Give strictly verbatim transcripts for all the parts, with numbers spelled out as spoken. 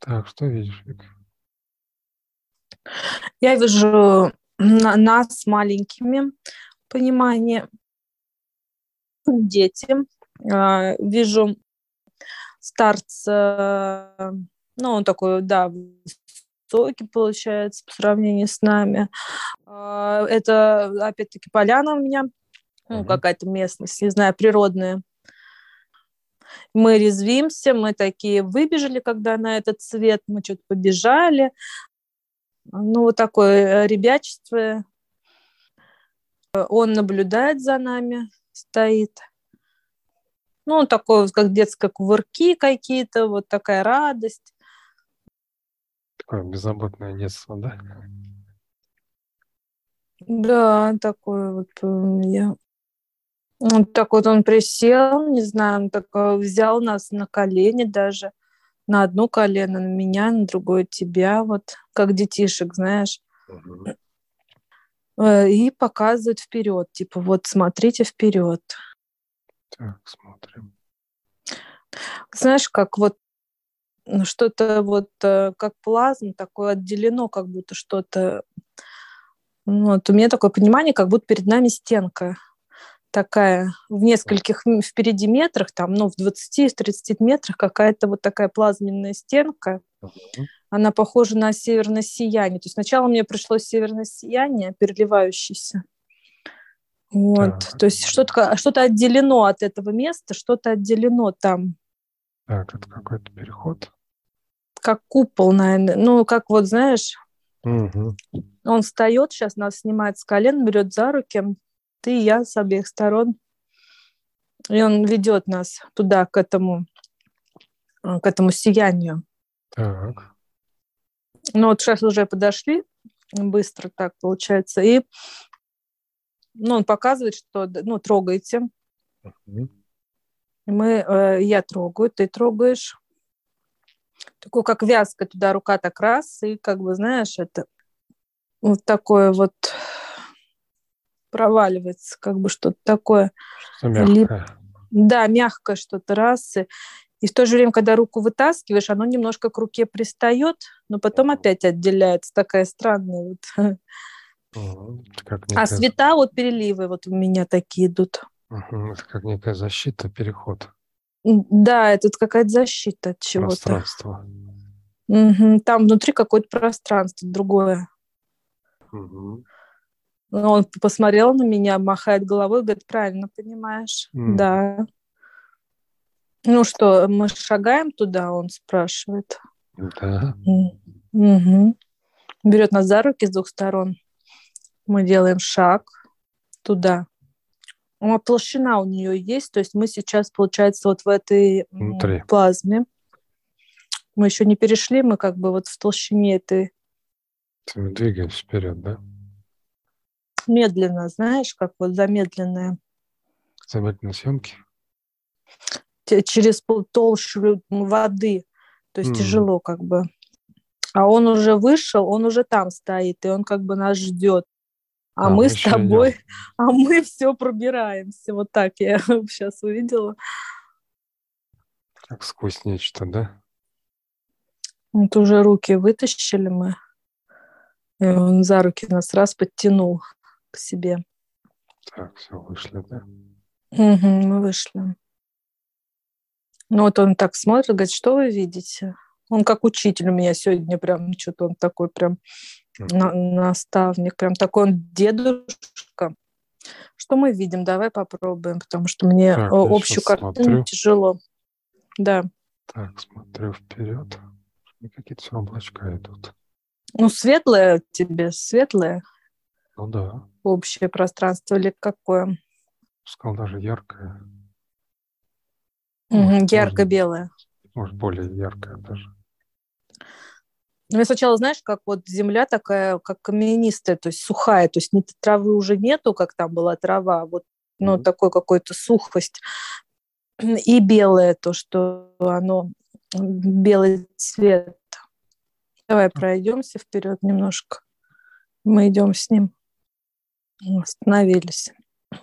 Так, что видишь, Вик? Я вижу на- нас с маленькими, понимание, дети. А, Вижу старца, ну, он такой, да, высокий получается по сравнению с нами. А, Это, опять-таки, поляна у меня, ну, Мгм. какая-то местность, не знаю, природная. Мы резвимся, мы такие выбежали, когда на этот цвет, мы что-то побежали. Ну, вот такое э, ребячество. Он наблюдает за нами, стоит. Ну, он такой, вот, как детские кувырки какие-то, вот такая радость. Такое беззаботное детство, да? Да, такой вот э, я. Вот так вот он присел, не знаю, он так э, взял нас на колени даже. На одно колено на меня, на другое тебя, вот как детишек, знаешь. Мгм. Э, И показывает вперед, типа, вот смотрите вперед. Так, смотрим. Знаешь, как вот ну, что-то вот э, как плазма такое отделено, как будто что-то. Ну, вот у меня такое понимание, как будто перед нами стенка такая в нескольких м- впереди метрах, там, ну, в двадцати-тридцати метрах какая-то вот такая плазменная стенка. Мгм. Она похожа на северное сияние. То есть сначала мне пришло северное сияние, переливающееся. Вот. Так, То есть что-то, что-то отделено от этого места, что-то отделено там, так, это какой-то переход. как купол, наверное. Ну, как вот, знаешь, Мгм. он встает, сейчас нас снимает с колен, берет за руки, ты и я с обеих сторон, и он ведет нас туда, к этому, э, к этому сиянию. Так. Ну, вот сейчас уже подошли, быстро так получается, и ну, он показывает, что, ну, трогайте. Мгм. И мы, э, я трогаю, ты трогаешь. Такое, как вязка, туда рука так раз, и как бы, знаешь, это вот такое вот проваливается, как бы что-то такое. Что-то Лип... мягкое. Да, мягкое что-то раз. И, и в то же время, когда руку вытаскиваешь, оно немножко к руке пристает, но потом Мгм. опять отделяется. Такая странная вот. Мгм. Это как А некая, з- света, вот переливы вот у меня такие идут. Мгм. Это как некая защита, переход Да, это вот какая-то защита от чего-то. пространства. Мгм. Там внутри какое-то пространство другое. Мгм. Ну, он посмотрел на меня, махает головой, говорит, правильно понимаешь. Мгм. Да. Ну что, мы шагаем туда, он спрашивает. Да. М. Мгм. Берет нас за руки с двух сторон. Мы делаем шаг туда. Ну, а толщина у нее есть, то есть мы сейчас, получается, вот в этой м, Внутри. плазме. Мы еще не перешли, мы как бы вот в толщине этой Мы двигаемся вперед, да? медленно, знаешь, как вот замедленная. Замедленной съемки. Те- Через пол- толщу воды. То есть Мгм. тяжело как бы. А он уже вышел, он уже там стоит, и он как бы нас ждет. А А, мы мы с еще идем. тобой, а мы все пробираемся. Вот так я сейчас увидела. Как сквозь нечто, да? Вот уже руки вытащили мы, и он за руки нас раз подтянул к себе. Так, все, вышли, да? Мгм, мы вышли. Ну вот он так смотрит, говорит, что вы видите? Он как учитель у меня сегодня прям, что-то он такой прям на- Мгм. наставник, прям такой он дедушка. Что мы видим? Давай попробуем, потому что мне Так, о, я общую сейчас картину смотрю. тяжело. Да. Так, смотрю вперед. И какие-то все облачка идут. Ну, светлое тебе, светлое Ну да, общее пространство или какое? сказал даже яркое. Может, Мгм, может, ярко-белое. может, более яркое даже. Ну, я сначала, знаешь, как вот земля такая, как каменистая, то есть сухая, то есть ни травы уже нету, как там была трава, а вот, ну, Мгм. такой какой-то сухость. И белое то, что оно белый цвет. Давай Так, пройдемся вперед немножко. Мы идем с ним. Остановились.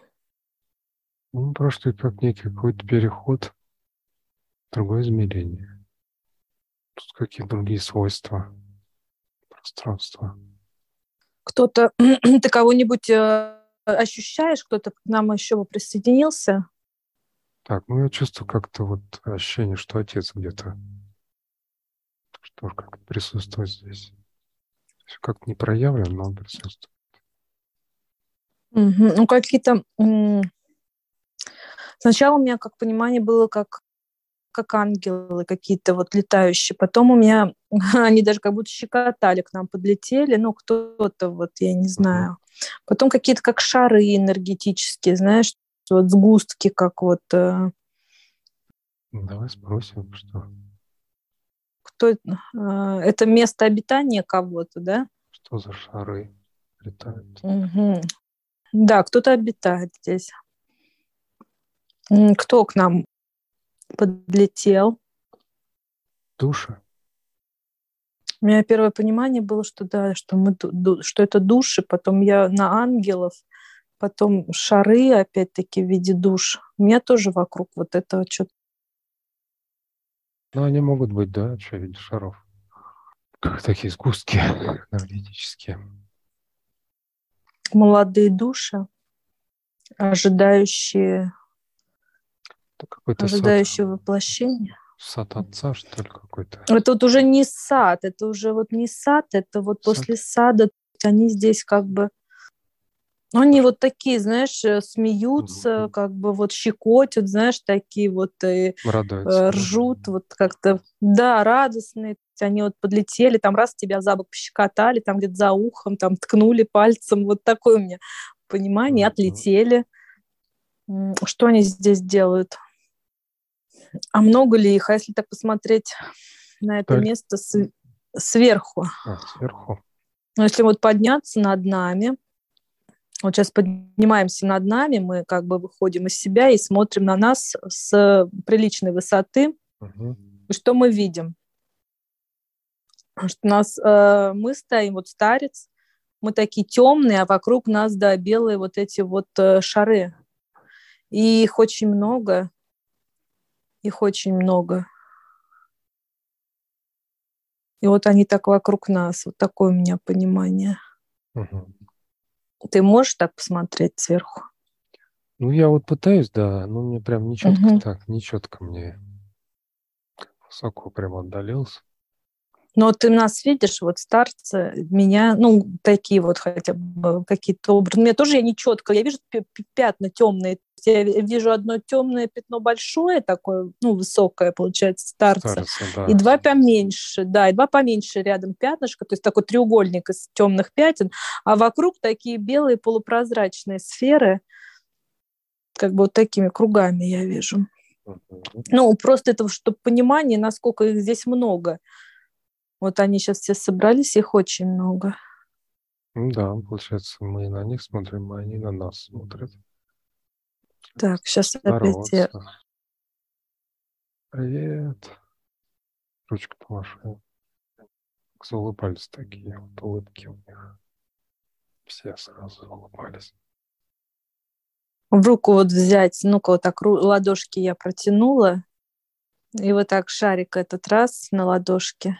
ну, прошли как некий какой-то переход в другое измерение. Тут какие другие свойства пространства. Кто-то, ты кого-нибудь э, ощущаешь, кто-то к нам еще бы присоединился? Так, ну я чувствую как-то вот ощущение, что отец где-то, что как-то присутствует здесь. Как-то не проявлен, но он присутствует. Мгм. Ну, какие-то... м, Сначала у меня, как понимание, было как, как ангелы какие-то вот летающие. Потом у меня они даже как будто щекотали, к нам подлетели. Ну, кто-то вот, я не Мгм. знаю. Потом какие-то как шары энергетические, знаешь, вот сгустки, как вот... э, Ну, давай спросим, что, кто, э, это место обитания кого-то, да? что за шары летают. Мгм. Да, кто-то обитает здесь. М, Кто к нам подлетел? Души? У меня первое понимание было, что да, что, мы, ду- ду- что это души, потом я на ангелов, потом шары, опять-таки, в виде душ. У меня тоже вокруг вот этого что-то. Ну, они могут быть, да, что в виде шаров. Как такие сгустки энергетические. Молодые души, ожидающие, Это какой-то сад, ожидающие воплощения. сад отца, что ли, какой-то. Это вот уже не сад, это уже вот не сад, это вот Сад? после сада они здесь как бы. Ну, они вот такие, знаешь, э, смеются, Мгм. как бы вот щекотят, знаешь, такие вот э, Радуются, э, да? ржут, вот как-то, да, радостные. Они вот подлетели, там раз тебя за бок пощекотали, там где-то за ухом, там ткнули пальцем, вот такое у меня понимание, Мгм. отлетели. М, Что они здесь делают? А много ли их? А если так посмотреть на это Вдаль. место с- сверху, А, сверху. ну, если вот подняться над нами, вот сейчас поднимаемся над нами, мы как бы выходим из себя и смотрим на нас с приличной высоты. Мгм. И что мы видим? Что нас, э, мы стоим, вот старец, мы такие темные, а вокруг нас, да, белые вот эти вот э, шары. И их очень много, их очень много. И вот они так вокруг нас, вот такое у меня понимание. Мгм. Ты можешь так посмотреть сверху? Ну, я вот пытаюсь, да, но мне прям нечетко Мгм. так, нечетко мне. Высоко прям отдалился. Но ты нас видишь, вот старцы, меня, ну, такие вот хотя бы какие-то образы. Мне тоже я не четко, я вижу пи- пи- пятна темные. Я ви- вижу одно темное пятно большое такое, ну, высокое, получается, старца, Старится, и да. два поменьше, да, и два поменьше рядом пятнышко, то есть такой треугольник из темных пятен, а вокруг такие белые полупрозрачные сферы, как бы вот такими кругами я вижу. Мгм. Ну, просто это, чтобы понимание, насколько их здесь много. Вот они сейчас все собрались, их очень много. Ну да, получается, мы на них смотрим, а они на нас смотрят. Так, сейчас опять я... Здороваться. Привет. Ручку помаши. Заулыбались такие, вот улыбки у них. Все сразу улыбались. в руку вот взять, ну-ка вот так ру- ладошки я протянула, и вот так шарик этот раз на ладошке.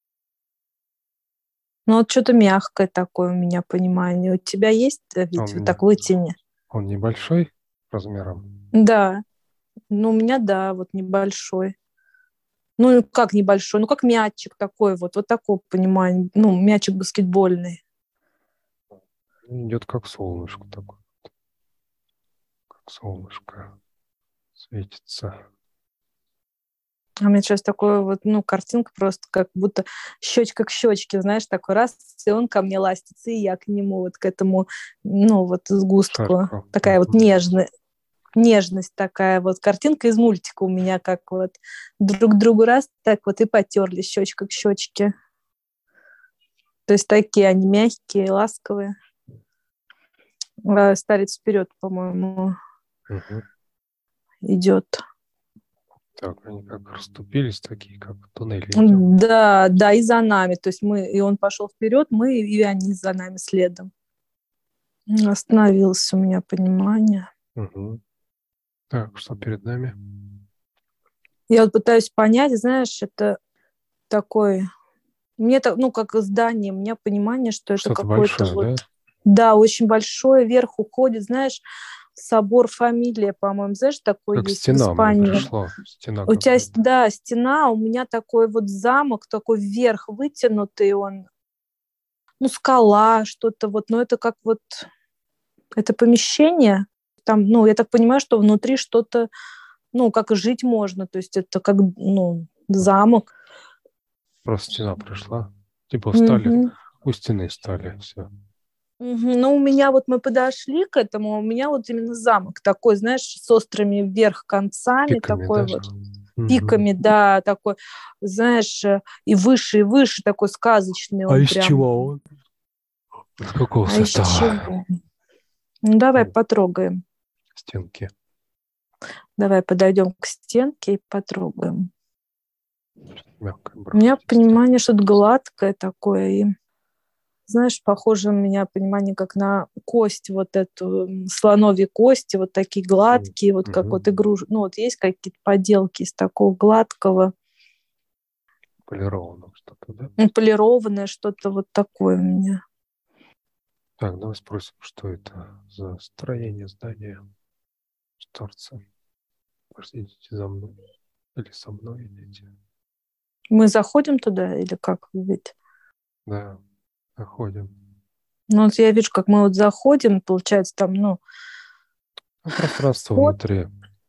Ну вот что-то мягкое такое у меня понимание. У тебя есть э, ведь вот Он, так вытяни? он небольшой размером. Да, ну у меня да, вот небольшой. Ну как небольшой, ну как мячик такой вот, вот такое понимание. Ну мячик баскетбольный. Идет как солнышко такое. Как солнышко светится. А у меня сейчас такое вот, ну, картинка просто как будто щечка к щечке, знаешь, такой раз, и он ко мне ластится, и я к нему, вот к этому, ну, вот сгустку. Шарко. Такая вот Мгм. нежная, нежность такая вот. Картинка из мультика у меня, как вот друг к другу раз, так вот и потерли щечка к щечке. То есть такие они мягкие, ласковые. А старец вперед, по-моему, Мгм. идет. Так, они как расступились, такие, как в туннеле идем. Да, да, и за нами. То есть мы, и он пошел вперед, мы, и они за нами следом. Остановилось у меня понимание. Мгм. Так, что перед нами? Я вот пытаюсь понять, знаешь, это такой... Мне так, ну, как здание, у меня понимание, что это Что-то какое-то большое, вот... да? Да, очень большое, вверх уходит, знаешь, собор Фамилия, по-моему, знаешь, такой Как есть в стена мне Испании. пришло. Стена У тебя, какая-то. да, стена, у меня такой вот замок, такой вверх вытянутый он, ну, скала, что-то вот, но это как вот, это помещение, там, ну, я так понимаю, что внутри что-то, ну, как и жить можно, то есть это как, ну, замок. Просто стена пришла. Типа встали, Мгм. у стены стали, все. Мгм. Ну, у меня вот мы подошли к этому, у меня вот именно замок такой, знаешь, с острыми вверх концами, Пиками, такой да? вот, Мгм. пиками, да, такой, знаешь, э, и выше, и выше, такой сказочный А он из прям. чего он? Из какого А из состава чего? Ну, давай М, потрогаем. стенки? Давай подойдем к стенке и потрогаем. Мягкое У меня бархатистое. понимание, что это гладкое такое, и, знаешь, похоже у меня понимание, как на кость, вот эту м, слоновьи кости, вот такие М, гладкие, вот как мгм. вот игруш... ну вот есть какие-то поделки из такого гладкого, Полированное что-то, да? ну, полированное, что-то вот такое у меня. Так, давай спросим, что это за строение здания с торцем. Пошли, идите за мной. Или со мной идите. Мы заходим туда или как? Ведь? Да, заходим. Ну вот я вижу, как мы вот заходим, получается там, ну, Ну, пространство вход, внутри.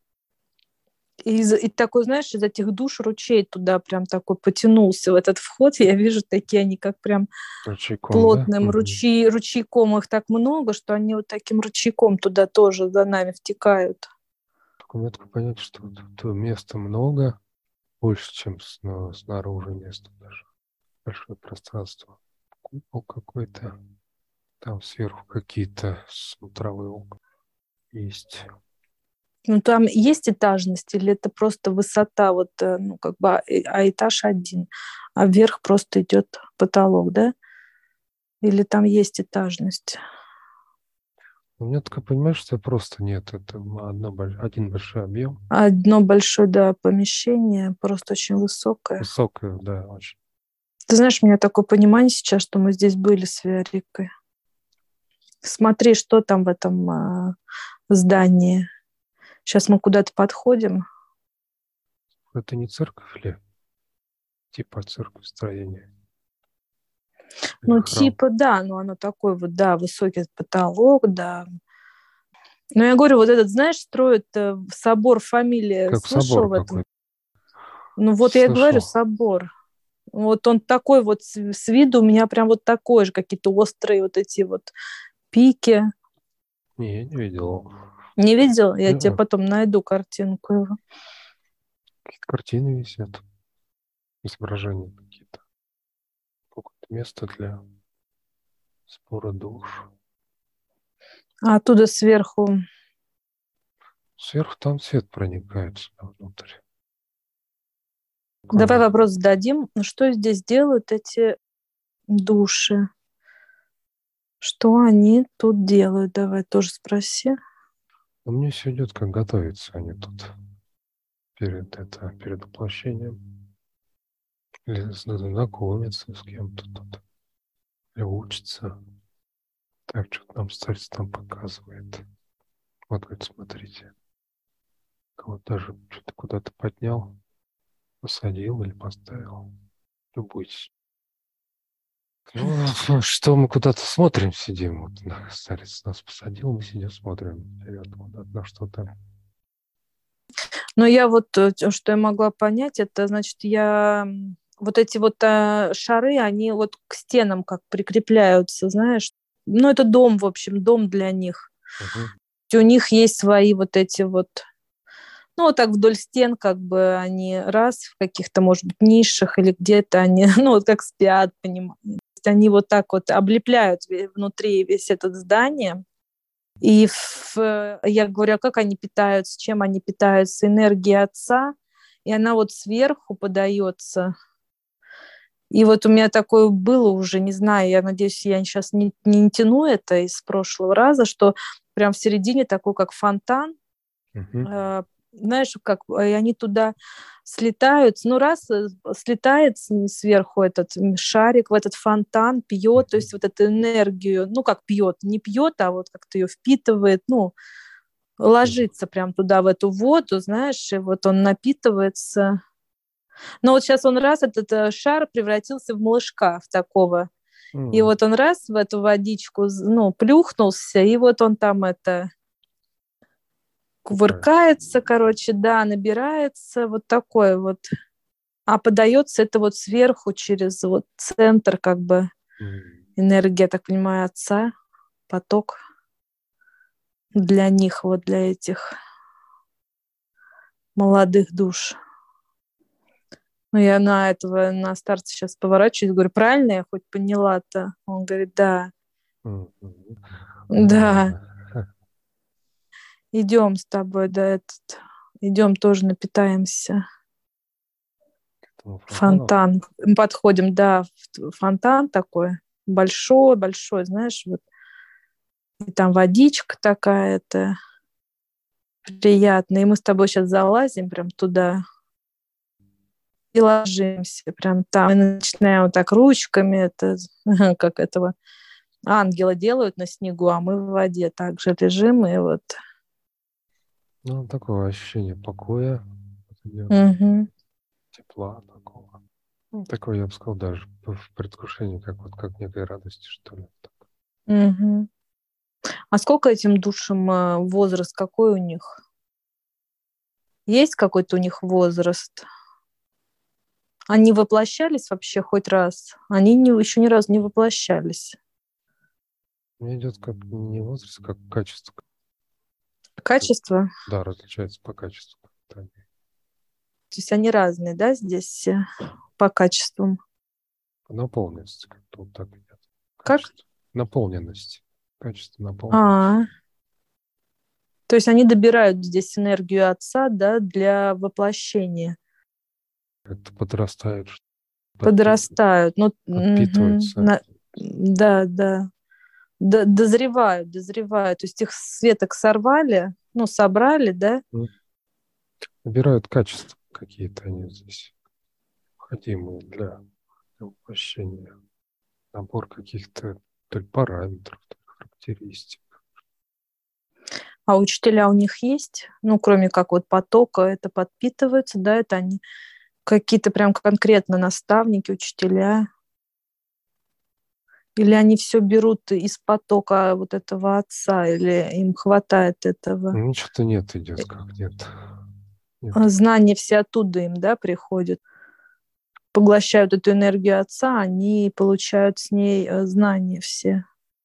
и, из- и такой, знаешь, из этих душ ручей туда прям такой потянулся в этот вход. Я вижу такие, они как прям Ручейком, да? плотным Мгм. ручей, ручейком их так много, что они вот таким ручейком туда тоже за нами втекают. Только мне только понять, что тут места много, больше, чем сна- снаружи места даже. Большое пространство. Купол какой-то. Там сверху какие-то смотровые окна есть. Ну, там есть этажность или это просто высота, вот, э, ну, как бы, а а этаж один, а вверх просто идет потолок, да? Или там есть этажность? У меня только, понимаешь, что просто нет. Это одно, больш- один большой объем. Одно большое, да, помещение, просто очень высокое. Высокое, да, очень. Ты знаешь, у меня такое понимание сейчас, что мы здесь были с Верикой. Смотри, что там в этом а, здании. Сейчас мы куда-то подходим. Это не церковь или типа церковь строения? Или Ну, храм? типа, да, но оно такой вот, да, высокий потолок, да. Но я говорю, вот этот, знаешь, строит э, собор фамилия, Как слышал собор в этом? какой-то. Ну, вот я и говорю, Слышал. собор. Вот он такой вот с, с виду у меня прям вот такой же, какие-то острые вот эти вот пики. Не, я не видел. Не видел? Я тебе Не-а. потом найду картинку его. Какие-то картины висят. Изображения какие-то. Какое-то место для сбора душ. А оттуда сверху. Сверху там свет проникает сюда внутрь. Давай Какой- вопрос зададим. Что здесь делают эти души? Что они тут делают? Давай тоже спроси. У меня все идет, как готовиться они тут перед это, перед воплощением. Или знакомиться с кем-то тут. Или учиться. Так, что нам старец там показывает. Вот, говорит, смотрите. Кого-то даже что-то куда-то поднял, посадил или поставил. Любуйтесь. Ну, что мы куда-то смотрим, сидим. Вот да, старец нас посадил, мы сидим, смотрим вперед куда-то на что-то. Но я вот, э, тё, что я могла понять, это, значит, я м, вот эти вот а, шары, они вот к стенам как прикрепляются, знаешь. Ну, это дом, в общем, дом для них. Угу. У них есть свои вот эти вот, ну, вот так вдоль стен, как бы они раз в каких-то, может быть, нишах или где-то они, ну, вот как спят, понимаешь. То есть они вот так вот облепляют ве- внутри весь этот здание. И в- э, я говорю, а как они питаются, чем они питаются? Энергией отца, и она вот сверху подается. И вот у меня такое было уже, не знаю, я надеюсь, я сейчас не, не тяну это из прошлого раза, что прям в середине такой, как фонтан, Угу. э, знаешь, как и они туда слетают, ну, раз э, слетает с- сверху этот м, шарик в этот фонтан, пьет, то Мгм. есть вот эту энергию, ну, как пьет, не пьет, а вот как-то ее впитывает, ну, Мгм. ложится прям туда, в эту воду, знаешь, и вот он напитывается. Но вот сейчас он раз, этот э, шар превратился в малышка, в такого. И М, вот он раз в эту водичку, з- ну, плюхнулся, и вот он там это Купается. кувыркается, короче, да, набирается, вот такой вот. А подается это вот сверху через вот центр, как бы, М, энергия, я так понимаю, отца, поток для них, вот для этих молодых душ. Ну, я на этого, на старца сейчас поворачиваюсь, говорю, правильно я хоть поняла-то? Он говорит, да, м, мгм. Ну да, ладно. Ха, идем с тобой, да, этот, идем тоже напитаемся. к этому фонтану. Фонтан. Мы подходим, да, в фонтан такой, большой-большой, знаешь, вот, и там водичка такая-то приятная, и мы с тобой сейчас залазим прям туда и ложимся прям там, и начинаем вот так ручками, это, как этого, ангела делают на снегу, а мы в воде также лежим, и вот. Ну, такое ощущение покоя вот идет, Мгм. тепла такого. Ну, такое, я бы сказал, даже п- в предвкушении, как вот как некой радости, что ли. Так. Мгм. А сколько этим душам э, возраст, какой у них? Есть какой-то у них возраст? Они воплощались вообще хоть раз? Они не, еще ни разу не воплощались. Мне идет как не возраст, как качество. Как, Качество? да, различается по качеству. как-то они. То есть они разные, да, здесь э, по качествам? По наполненности как-то вот так идет. Как? Качество. Наполненность. Качество наполненности. А, то есть они добирают здесь энергию отца, да, для воплощения. Это подрастают, что подпитывают, Подрастают. Ну, мгм, подпитываются. на- да, да. Д- дозревают, дозревают. То есть их с веток сорвали, ну, собрали, да? М. Набирают качества какие-то они здесь, необходимые для воплощения. Набор каких-то то ли параметров, то ли характеристик. А учителя у них есть? Ну, кроме как вот потока, это подпитываются, да, это они какие-то прям конкретно наставники, учителя? Или они все берут из потока вот этого отца, или им хватает этого? Ну, что-то нет идет, как нет. Нет. А знания все оттуда им, да, приходят? Поглощают эту энергию отца, они получают с ней э, знания все.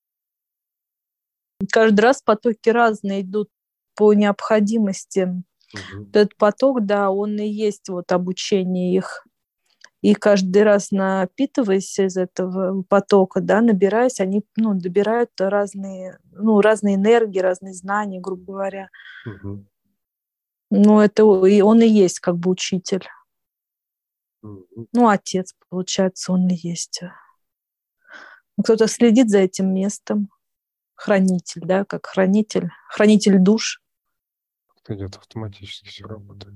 Каждый раз потоки разные идут по необходимости. Мгм. Этот поток, да, он и есть вот обучение их. И каждый раз напитываясь из этого потока, да, набираясь, они, ну, добирают разные, ну, разные энергии, разные знания, грубо говоря. Мгм. Ну, это о- и он и есть как бы учитель. Мгм. Ну, отец, получается, он и есть. Ну, кто-то следит за этим местом. Хранитель, да, как хранитель. Хранитель душ. Как-то идет автоматически, все работает.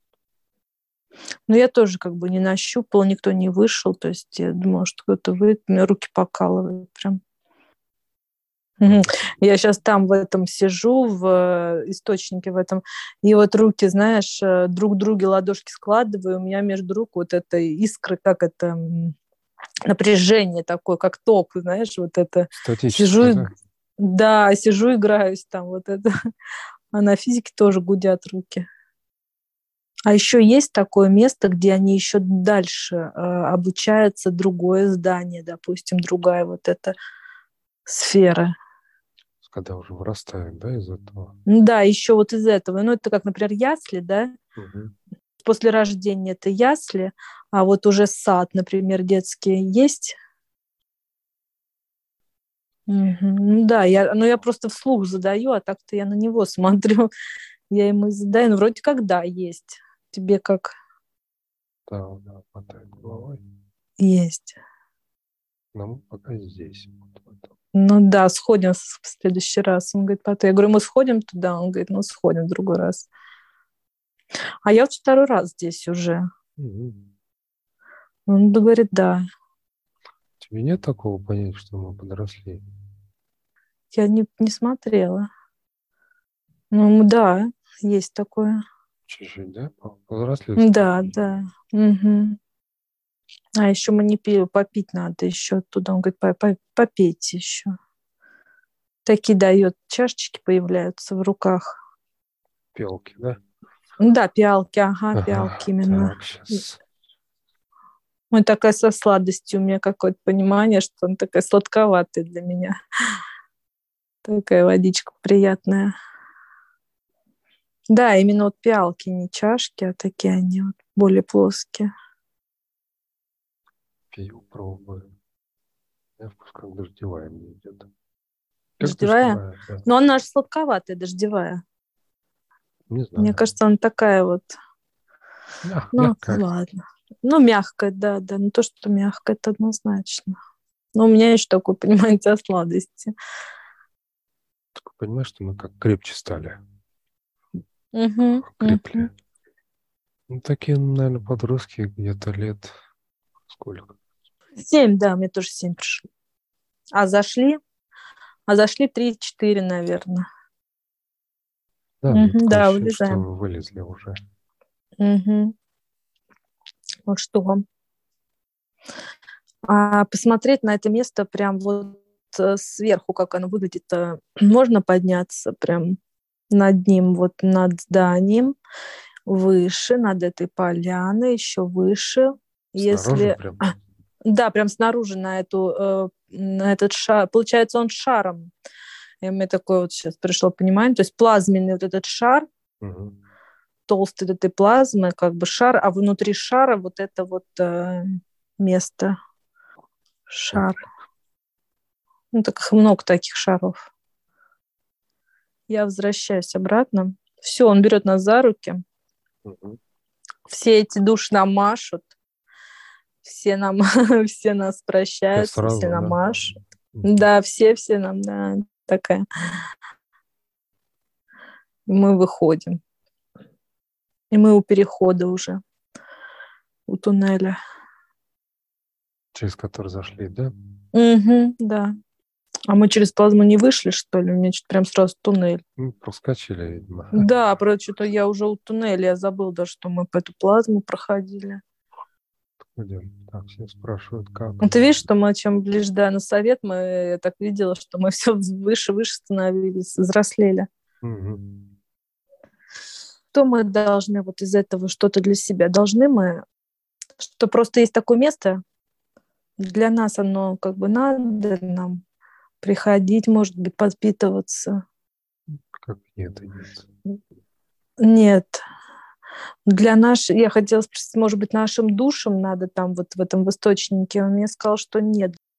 Но я тоже как бы не нащупала, никто не вышел. То есть я думала, что кто-то выйдет, у меня руки покалывают прям. Мгм. Мгм. Я сейчас там в этом сижу, в э, источнике в этом, и вот руки, знаешь, э, друг к друге ладошки складываю, у меня между рук вот это искры, как это, м, напряжение такое, как ток, знаешь, вот это. Сижу, Статическое, и, да? да, сижу, играюсь там, вот это. А на физике тоже гудят руки. А еще есть такое место, где они еще дальше э, обучаются, другое здание, допустим, другая вот эта сфера. Когда уже вырастают, да, из этого. Ну да, еще вот из этого. Ну, это как, например, ясли, да? Мгм. После рождения это ясли, а вот уже сад, например, детский есть. Мгм. Ну да, я, ну я просто вслух задаю, а так-то я на него смотрю. Я ему задаю, ну вроде как да, есть. Тебе как Да, да, мотает головой. есть. Но мы пока здесь. Вот в этом. Ну да, сходим в следующий раз. Он говорит, потом. Я говорю, мы сходим туда? Он говорит, ну сходим в другой раз. А я вот второй раз здесь уже. Мгм. Он говорит, да. Тебе нет такого понятия, что мы подросли? Я не, не смотрела. Ну, да, есть такое. Чуть-чуть, да? По- Повзрослели Да, стали. да. Мгм. А еще мы не пили, попить надо еще оттуда. Он говорит, «По- по- попейте еще. Такие дает, чашечки появляются в руках. Пелки, да? Да, пиалки, ага, пиалки Ага, именно. так, сейчас. Он такая со сладостью, у меня какое-то понимание, что он такая сладковатый для меня. Такая водичка приятная. Да, именно вот пиалки, не чашки, а такие они вот более плоские. Пью, пробую. Я вкус как дождевая мне идет. Как Дождевая? дождевая, да. Но она же сладковатая, дождевая. Не Мне знаю. кажется, она такая вот. Мя- Ну, мягкая. ладно. Ну, мягкая, да, да. Ну, то, что мягкое, это однозначно. Но у меня еще такое понимание о сладости. Только понимаешь, что мы как крепче стали. Угу, Крепли. угу. Ну, такие, наверное, подростки где-то лет сколько? Семь, да, мне тоже семь пришло. А зашли? А зашли три-четыре, наверное. Да, мне Угу, такое да, ощущение, что вылезаем. вылезли уже. Угу. Вот что? А посмотреть на это место прям вот э, сверху, как оно выглядит, э, можно подняться прям над ним, вот над зданием, выше, над этой поляной, еще выше. Снаружи Если... прям. Да, прям снаружи на, эту, э, на этот шар. Получается, он шаром. И мне такое вот сейчас пришло понимание. То есть плазменный вот этот шар, Угу. толстый этой плазмы, как бы шар, а внутри шара вот это вот э, место, Вот шар. как. Ну, так много таких шаров. Я возвращаюсь обратно. Все, он берет нас за руки. Угу. Все эти души нам машут. Все нам, все нас Все прощаются, все сразу, нам да? машут. Мгм. Да, все, все нам, да, такая. И мы выходим. И мы у перехода уже, у туннеля. Через который зашли, да? Угу, да. А мы через плазму не вышли, что ли? У меня что-то прям сразу туннель. Ну, проскочили, видимо. Да, про что-то я уже у туннеля, я забыл даже, что мы по эту плазму проходили. Идем. Так, все спрашивают, как. Ну, ты видишь, что мы чем ближе, да, на совет, мы, я так видела, что мы все выше, выше становились, взрослели. Угу. Что мы должны вот из этого что-то для себя? Должны мы, что просто есть такое место, для нас оно как бы надо нам приходить, может быть, подпитываться. Как нет, нет. Нет. Для нашей, я хотела спросить, может быть, нашим душам надо там вот в этом в источнике. Он мне сказал, что нет.